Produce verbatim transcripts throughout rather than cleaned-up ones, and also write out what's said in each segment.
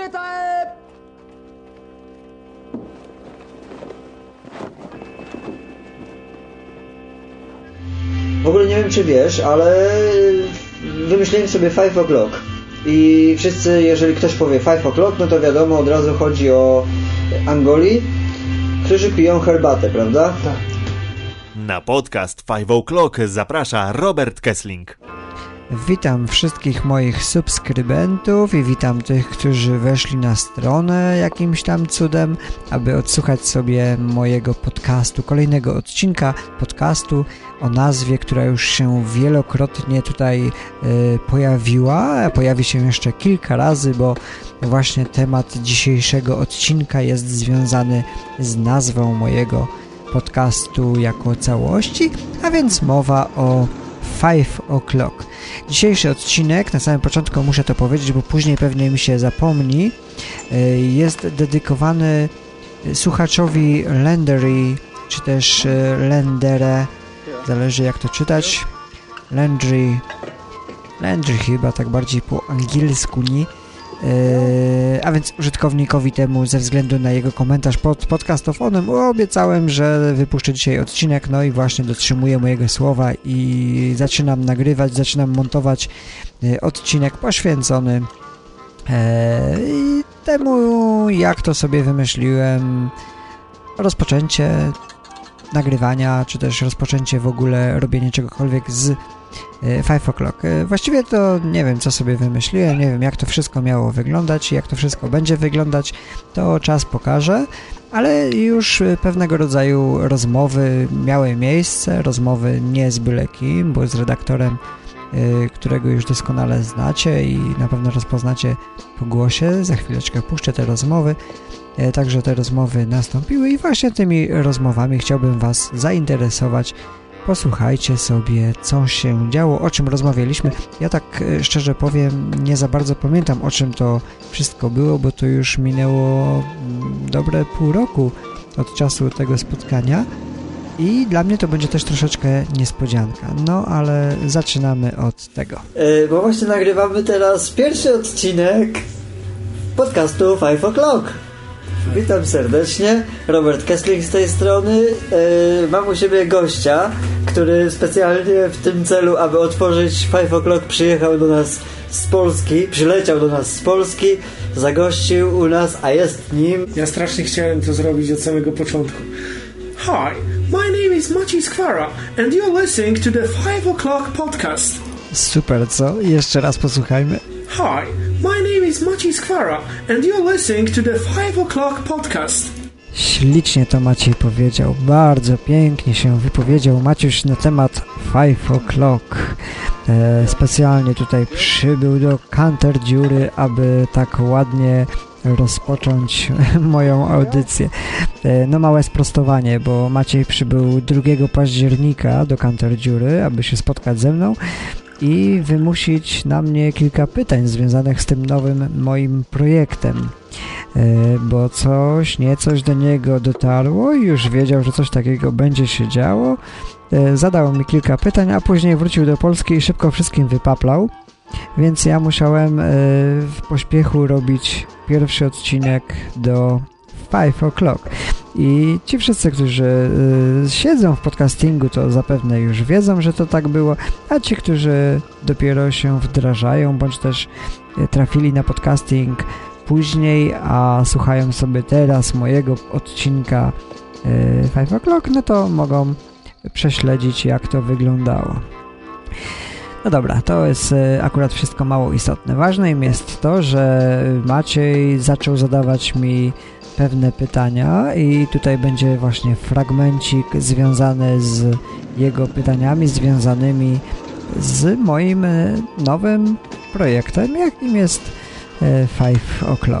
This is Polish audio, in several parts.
time! W ogóle nie wiem, czy wiesz, ale wymyśliłem sobie five o'clock. I wszyscy, jeżeli ktoś powie five o'clock, no to wiadomo, od razu chodzi o Angoli, którzy piją herbatę, prawda? Tak. Na podcast five o'clock zaprasza Robert Kessling. Witam wszystkich moich subskrybentów i witam tych, którzy weszli na stronę jakimś tam cudem, aby odsłuchać sobie mojego podcastu, kolejnego odcinka podcastu o nazwie, która już się wielokrotnie tutaj y, pojawiła, a pojawi się jeszcze kilka razy, bo właśnie temat dzisiejszego odcinka jest związany z nazwą mojego podcastu jako całości, a więc mowa o five o'clock. Dzisiejszy odcinek, na samym początku muszę to powiedzieć, bo później pewnie mi się zapomni, jest dedykowany słuchaczowi Landry, czy też Lendere, zależy jak to czytać, Landry, Landry chyba tak bardziej po angielsku, nie? Yy, a więc użytkownikowi temu ze względu na jego komentarz pod podcastofonem obiecałem, że wypuszczę dzisiaj odcinek, no i właśnie dotrzymuję mojego słowa i zaczynam nagrywać, zaczynam montować yy, odcinek poświęcony yy, temu, jak to sobie wymyśliłem, rozpoczęcie nagrywania, czy też rozpoczęcie w ogóle robienia czegokolwiek z five o'clock. Właściwie to nie wiem, co sobie wymyśliłem, nie wiem, jak to wszystko miało wyglądać i jak to wszystko będzie wyglądać, to czas pokaże, ale już pewnego rodzaju rozmowy miały miejsce, rozmowy nie z byle kim, bo z redaktorem, którego już doskonale znacie i na pewno rozpoznacie po głosie. Za chwileczkę puszczę te rozmowy. Także te rozmowy nastąpiły i właśnie tymi rozmowami chciałbym Was zainteresować. Posłuchajcie sobie, co się działo, o czym rozmawialiśmy. Ja tak szczerze powiem, nie za bardzo pamiętam, o czym to wszystko było, bo to już minęło dobre pół roku od czasu tego spotkania i dla mnie to będzie też troszeczkę niespodzianka. No, ale zaczynamy od tego. Yy, bo właśnie nagrywamy teraz pierwszy odcinek podcastu five o'clock. Witam serdecznie, Robert Kessling z tej strony. Yy, mam u siebie gościa, który specjalnie w tym celu, aby otworzyć five o'clock, przyjechał do nas z Polski, przyleciał do nas z Polski, zagościł u nas, a jest nim... Ja strasznie chciałem to zrobić od samego początku. Hi, my name is Maciej Skwara and you're listening to the five o'clock podcast. Super, co? Jeszcze raz posłuchajmy. Hi, my name is Maciej Skwara and you're listening to the five o'clock podcast. Ślicznie to Maciej powiedział, bardzo pięknie się wypowiedział Maciuś na temat five o'clock. E, specjalnie tutaj przybył do Kanter Dziury, aby tak ładnie rozpocząć moją audycję. E, no małe sprostowanie, bo Maciej przybył drugiego października do Kanter Dziury, aby się spotkać ze mną i wymusić na mnie kilka pytań związanych z tym nowym moim projektem. Bo coś, nie coś do niego dotarło i już wiedział, że coś takiego będzie się działo. Zadał mi kilka pytań, a później wrócił do Polski i szybko wszystkim wypaplał. Więc ja musiałem w pośpiechu robić pierwszy odcinek do five o'clock. I ci wszyscy, którzy y, siedzą w podcastingu, to zapewne już wiedzą, że to tak było, a ci, którzy dopiero się wdrażają, bądź też y, trafili na podcasting później, a słuchają sobie teraz mojego odcinka y, five o'clock, no to mogą prześledzić, jak to wyglądało. No dobra, to jest y, akurat wszystko mało istotne. Ważne im jest to, że Maciej zaczął zadawać mi pewne pytania i tutaj będzie właśnie fragmencik związany z jego pytaniami, związanymi z moim nowym projektem, jakim jest five o'clock.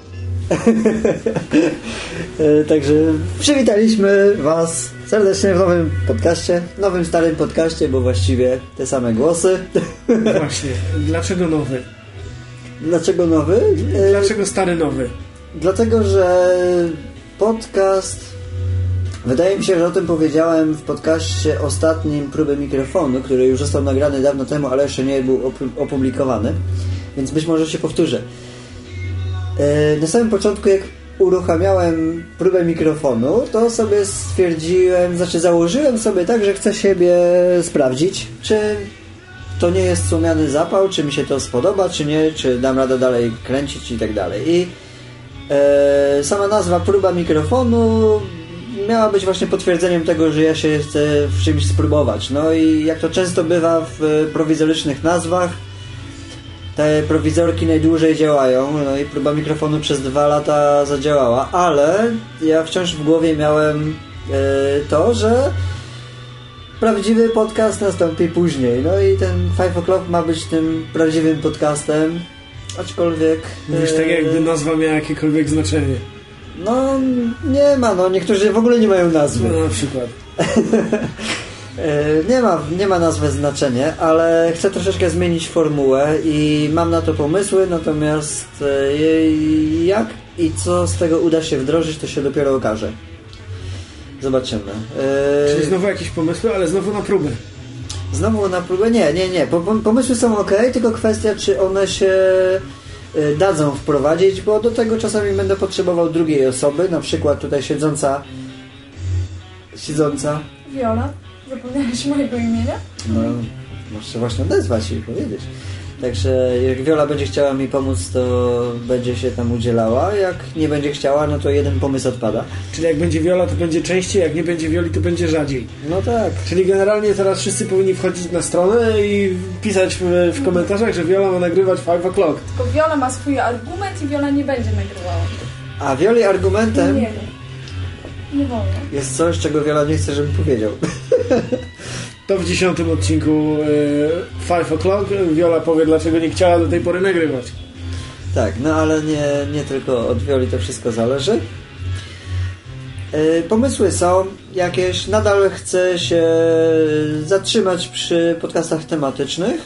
Także przywitaliśmy Was serdecznie w nowym podcaście, nowym starym podcaście, bo właściwie te same głosy. Właśnie, dlaczego nowy? Dlaczego nowy? Dlaczego stary nowy? Dlatego, że podcast, wydaje mi się, że o tym powiedziałem w podcaście ostatnim Próby Mikrofonu, który już został nagrany dawno temu, ale jeszcze nie był opublikowany, więc być może się powtórzę. Na samym początku, jak uruchamiałem próbę mikrofonu, to sobie stwierdziłem, znaczy założyłem sobie tak, że chcę siebie sprawdzić, czy to nie jest słomiany zapał, czy mi się to spodoba, czy nie, czy dam radę dalej kręcić i tak dalej. I e, sama nazwa próba mikrofonu miała być właśnie potwierdzeniem tego, że ja się chcę w czymś spróbować. No i jak to często bywa w prowizorycznych nazwach, te prowizorki najdłużej działają, no i próba mikrofonu przez dwa lata zadziałała, ale ja wciąż w głowie miałem e, to, że prawdziwy podcast nastąpi później. No i ten Five O'Clock ma być tym prawdziwym podcastem, aczkolwiek... Mówisz tak, jakby nazwa miała jakiekolwiek znaczenie. No, nie ma, no niektórzy w ogóle nie mają nazwy. No, na przykład. Nie ma, nie ma nazwy znaczenie, ale chcę troszeczkę zmienić formułę i mam na to pomysły, natomiast jak i co z tego uda się wdrożyć, to się dopiero okaże. Zobaczymy. Czyli znowu jakieś pomysły, ale znowu na próbę. Znowu na próbę? Nie, nie, nie. Pomysły są ok, tylko kwestia, czy one się dadzą wprowadzić, bo do tego czasami będę potrzebował drugiej osoby, na przykład tutaj siedząca siedząca Wiola. Zapomniałeś mojego imienia? No, muszę właśnie odezwać i powiedzieć. Także jak Wiola będzie chciała mi pomóc, to będzie się tam udzielała. Jak nie będzie chciała, no to jeden pomysł odpada. Czyli jak będzie Wiola, to będzie częściej, jak nie będzie Wioli, to będzie rzadziej. No tak. Czyli generalnie teraz wszyscy powinni wchodzić na stronę i pisać w, w komentarzach, że Wiola ma nagrywać Five O'Clock. Tylko Wiola ma swój argument i Wiola nie będzie nagrywała. A Wioli argumentem... Nie wiem. Nie wolno. Jest coś, czego Wiola nie chce, żebym powiedział. To w dziesiątym odcinku e, Five O'Clock Wiola powie, dlaczego nie chciała do tej pory nagrywać. Tak, no ale nie, nie tylko od Wioli to wszystko zależy. E, pomysły są jakieś. Nadal chcę się zatrzymać przy podcastach tematycznych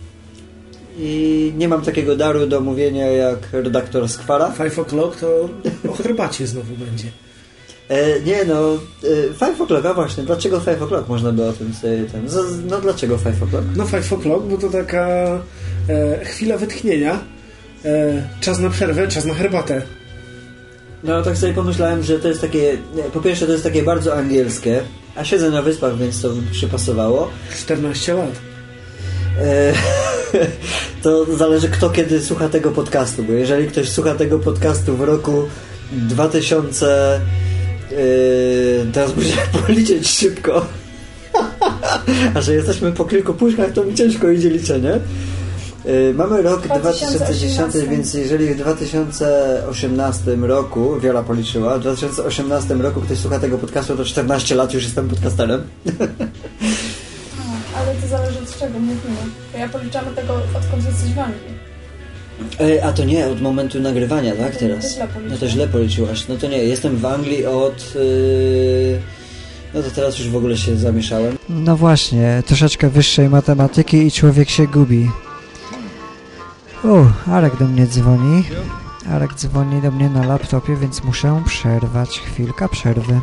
i nie mam takiego daru do mówienia jak redaktor Skwara. Five O'Clock to o herbacie znowu będzie. E, nie no, e, Five O'Clock, a właśnie, dlaczego Five O'Clock można by o tym sobie ten... No dlaczego Five O'Clock? No Five O'Clock, bo to taka e, chwila wytchnienia, e, czas na przerwę, czas na herbatę. No tak sobie pomyślałem, że to jest takie, po pierwsze to jest takie bardzo angielskie, a siedzę na wyspach, więc to mi przypasowało. czternaście lat. E, to zależy kto kiedy słucha tego podcastu, bo jeżeli ktoś słucha tego podcastu w roku dwa tysiące... Yy, teraz muszę policzyć szybko. A że jesteśmy po kilku puszkach, to mi ciężko idzie liczenie. Yy, mamy rok dwa tysiące dziesiąty, więc jeżeli w dwa tysiące osiemnastym roku, Wiola policzyła, w dwa tysiące osiemnastym roku ktoś słucha tego podcastu, to czternaście lat już jestem podcasterem. A, ale to zależy od czego mówimy. To ja policzam tego, odkąd jesteś w Anglii. A to nie, od momentu nagrywania, tak? To teraz. No to źle policzyłaś. No to nie, jestem w Anglii od... Yy... No to teraz już w ogóle się zamieszałem. No właśnie, troszeczkę wyższej matematyki i człowiek się gubi. U, Arek do mnie dzwoni. Arek dzwoni do mnie na laptopie, więc muszę przerwać. Chwilka przerwy.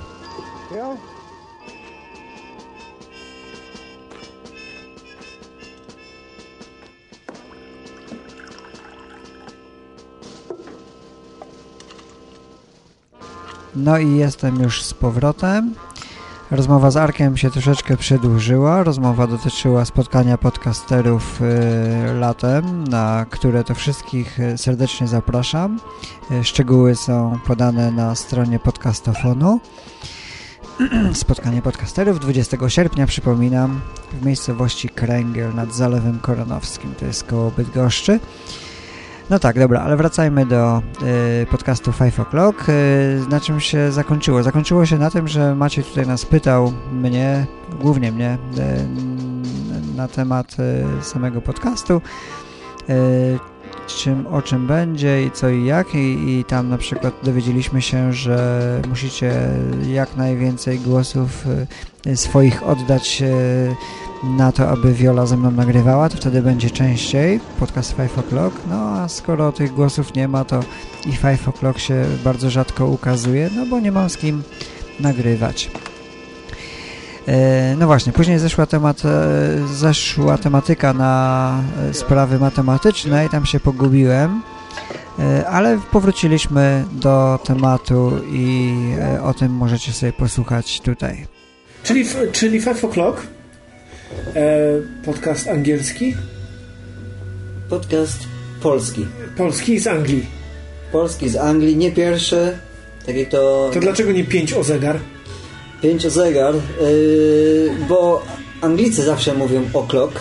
No i jestem już z powrotem. Rozmowa z Arkiem się troszeczkę przedłużyła. Rozmowa dotyczyła spotkania podcasterów y, latem, na które to wszystkich serdecznie zapraszam. Y, szczegóły są podane na stronie podcastofonu. Spotkanie podcasterów dwudziestego sierpnia, przypominam, w miejscowości Kręgiel nad Zalewem Koronowskim. To jest koło Bydgoszczy. No tak, dobra, ale wracajmy do y, podcastu Five O'Clock. Y, na czym się zakończyło? Zakończyło się na tym, że Maciej tutaj nas pytał mnie, głównie mnie, y, na temat y, samego podcastu, y, czym, o czym będzie i co i jak i, i tam na przykład dowiedzieliśmy się, że musicie jak najwięcej głosów y, swoich oddać y, na to, aby Wiola ze mną nagrywała, to wtedy będzie częściej podcast Five O'Clock. No a skoro tych głosów nie ma, to i Five O'Clock się bardzo rzadko ukazuje, no bo nie mam z kim nagrywać. E, no właśnie, później zeszła, temat, e, zeszła tematyka na e, sprawy matematyczne i tam się pogubiłem. ale powróciliśmy do tematu i o tym możecie sobie posłuchać tutaj. Czyli, czyli Five O'Clock, e, podcast angielski? Podcast polski. Polski z Anglii. Polski z Anglii, nie pierwszy, tak jak to... To dlaczego nie pięć o zegar? Pięć o zegar, yy, bo Anglicy zawsze mówią o'clock,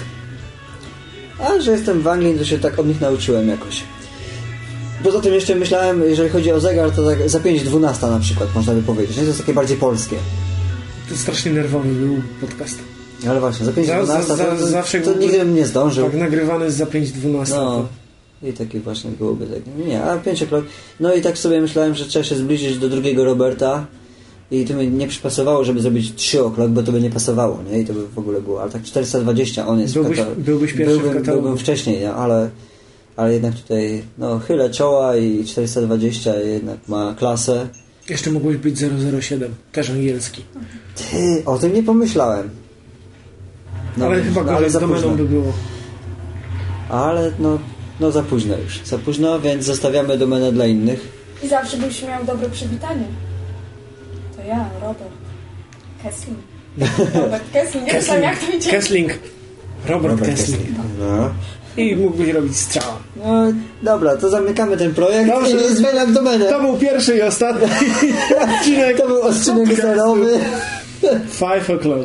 a że jestem w Anglii, to się tak od nich nauczyłem jakoś. Poza tym jeszcze myślałem, jeżeli chodzi o zegar, to tak za pięć dwunasta na przykład, można by powiedzieć. To jest takie bardziej polskie. To strasznie nerwowy był podcast. Ale właśnie, za pięć dwunasta za, za, to, to, zawsze to nigdy bym nie zdążył. Tak nagrywany jest za pięć dwunasta. No. I takie właśnie byłoby tak. Nie, a pięć o'clock. No i tak sobie myślałem, że trzeba się zbliżyć do drugiego Roberta i to mi nie przypasowało, żeby zrobić trzy o'clock, bo to by nie pasowało, nie? I to by w ogóle było. Ale tak czterysta dwadzieścia on jest byłbyś, w katalogu. byłbyś pierwszy byłbym, w katalogu. Byłbym wcześniej, nie? Ale, ale jednak tutaj no chylę czoła i czterysta dwadzieścia jednak ma klasę. Jeszcze mogłeś być zero zero siedem, też angielski. Ty, o tym nie pomyślałem. No, ale chyba no, gorzej z domeną by było. Ale no, no za późno już. Za późno, więc zostawiamy domenę dla innych. I zawsze byś miał dobre przywitanie. To ja, Robert Kessling. Robert Kessling, nie wiem jak to idzie. Kessling. Robert, Robert Kessling. Kessling. No. I mógłbyś robić strzała. No dobra, to zamykamy ten projekt. Dobrze, i zmieniam domenę. To był pierwszy i ostatni odcinek. To był odcinek zerowy. Five o'clock.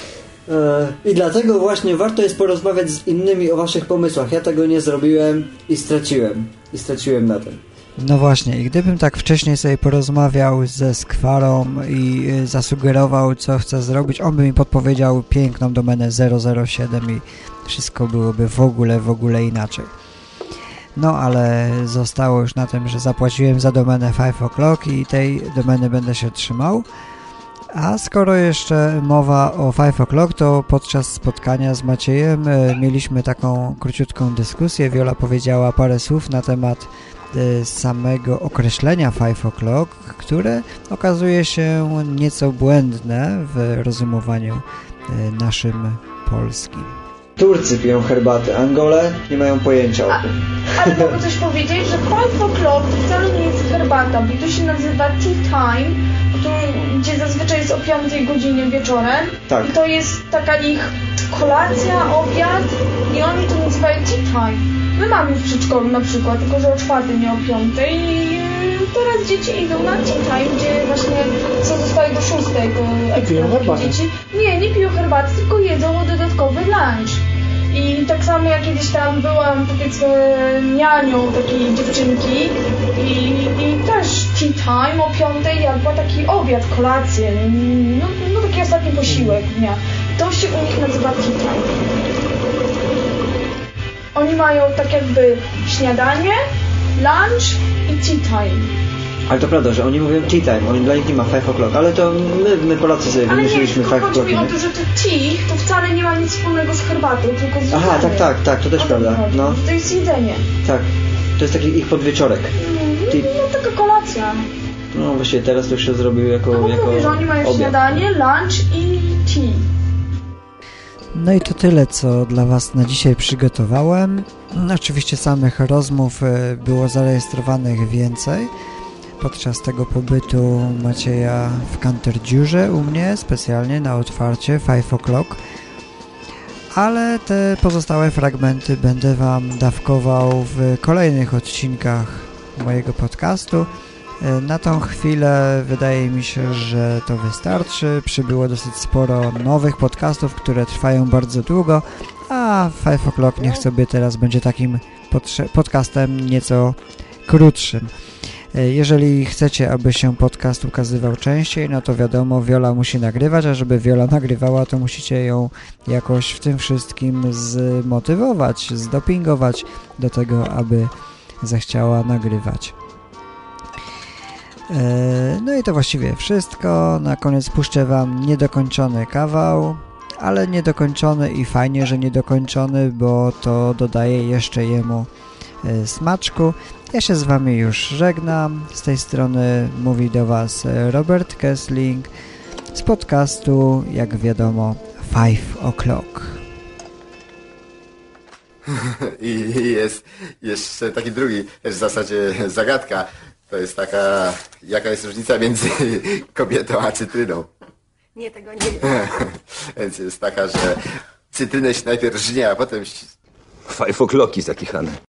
I dlatego właśnie warto jest porozmawiać z innymi o waszych pomysłach. Ja tego nie zrobiłem i straciłem. I straciłem na tym. No właśnie, i gdybym tak wcześniej sobie porozmawiał ze Skwarą i zasugerował, co chcę zrobić, on by mi podpowiedział piękną domenę zero zero siedem i wszystko byłoby w ogóle, w ogóle inaczej. No ale zostało już na tym, że zapłaciłem za domenę Five O'Clock i tej domeny będę się trzymał. A skoro jeszcze mowa o Five O'Clock, to podczas spotkania z Maciejem mieliśmy taką króciutką dyskusję. Wiola powiedziała parę słów na temat samego określenia Five O'Clock, które okazuje się nieco błędne w rozumowaniu naszym polskim. Turcy piją herbatę, Angole nie mają pojęcia o tym. Ale mogę coś powiedzieć, że Five O'Clock to wcale nie jest herbata, bo to się nazywa tea time, to, gdzie zazwyczaj jest o piątej godzinie wieczorem. Tak. I to jest taka ich kolacja, obiad i oni to nazywają tea time. My mamy w przedszkolu na przykład, tylko że o czwartej, nie o piątej i teraz dzieci idą na tea time, gdzie właśnie co zostaje do szóstej. I piją herbatę. Dzieci nie, nie piją herbaty, tylko jedzą dodatkowy lunch. I tak samo jak kiedyś tam byłam, powiedzmy, nianią takiej dziewczynki i, i też tea time o piątej jadła taki obiad, kolację, no, no taki ostatni posiłek dnia. To się u nich nazywa tea time. Oni mają tak jakby śniadanie, lunch i tea time. Ale to prawda, że oni mówią tea time, oni dla nich nie ma five o'clock, ale to my, my Polacy sobie wymyśliliśmy five o'clock. Ale nie, chodzi mi o to, że to tea to wcale nie ma nic wspólnego z herbatą, tylko z jedzeniem. Aha, tak, tak, tak, to też prawda. No. To jest jedzenie. Tak, to jest taki ich podwieczorek. No, no taka kolacja. No właściwie teraz to już się zrobił jako, no, jako mówię, że oni mają obiad. Śniadanie, lunch i tea. No i to tyle, co dla Was na dzisiaj przygotowałem. Oczywiście samych rozmów było zarejestrowanych więcej podczas tego pobytu Macieja w Canterdziurze u mnie, specjalnie na otwarcie Five O'Clock. Ale te pozostałe fragmenty będę Wam dawkował w kolejnych odcinkach mojego podcastu. Na tą chwilę wydaje mi się, że to wystarczy. Przybyło dosyć sporo nowych podcastów, które trwają bardzo długo, a Five O'Clock niech sobie teraz będzie takim podcastem nieco krótszym. Jeżeli chcecie, aby się podcast ukazywał częściej, no to wiadomo, Wiola musi nagrywać, a żeby Wiola nagrywała, to musicie ją jakoś w tym wszystkim zmotywować, zdopingować do tego, aby zechciała nagrywać. No i to właściwie wszystko. Na koniec puszczę Wam niedokończony kawał, ale niedokończony i fajnie, że niedokończony, bo to dodaje jeszcze jemu smaczku. Ja się z Wami już żegnam. Z tej strony mówi do Was Robert Kessling z podcastu, jak wiadomo, Five O'Clock. I jest jeszcze taki drugi, też w zasadzie zagadka. To jest taka, jaka jest różnica między kobietą a cytryną. Nie, tego nie wiem. Więc jest taka, że cytrynę się najpierw żnie, a potem... Five o'clocki zakichane.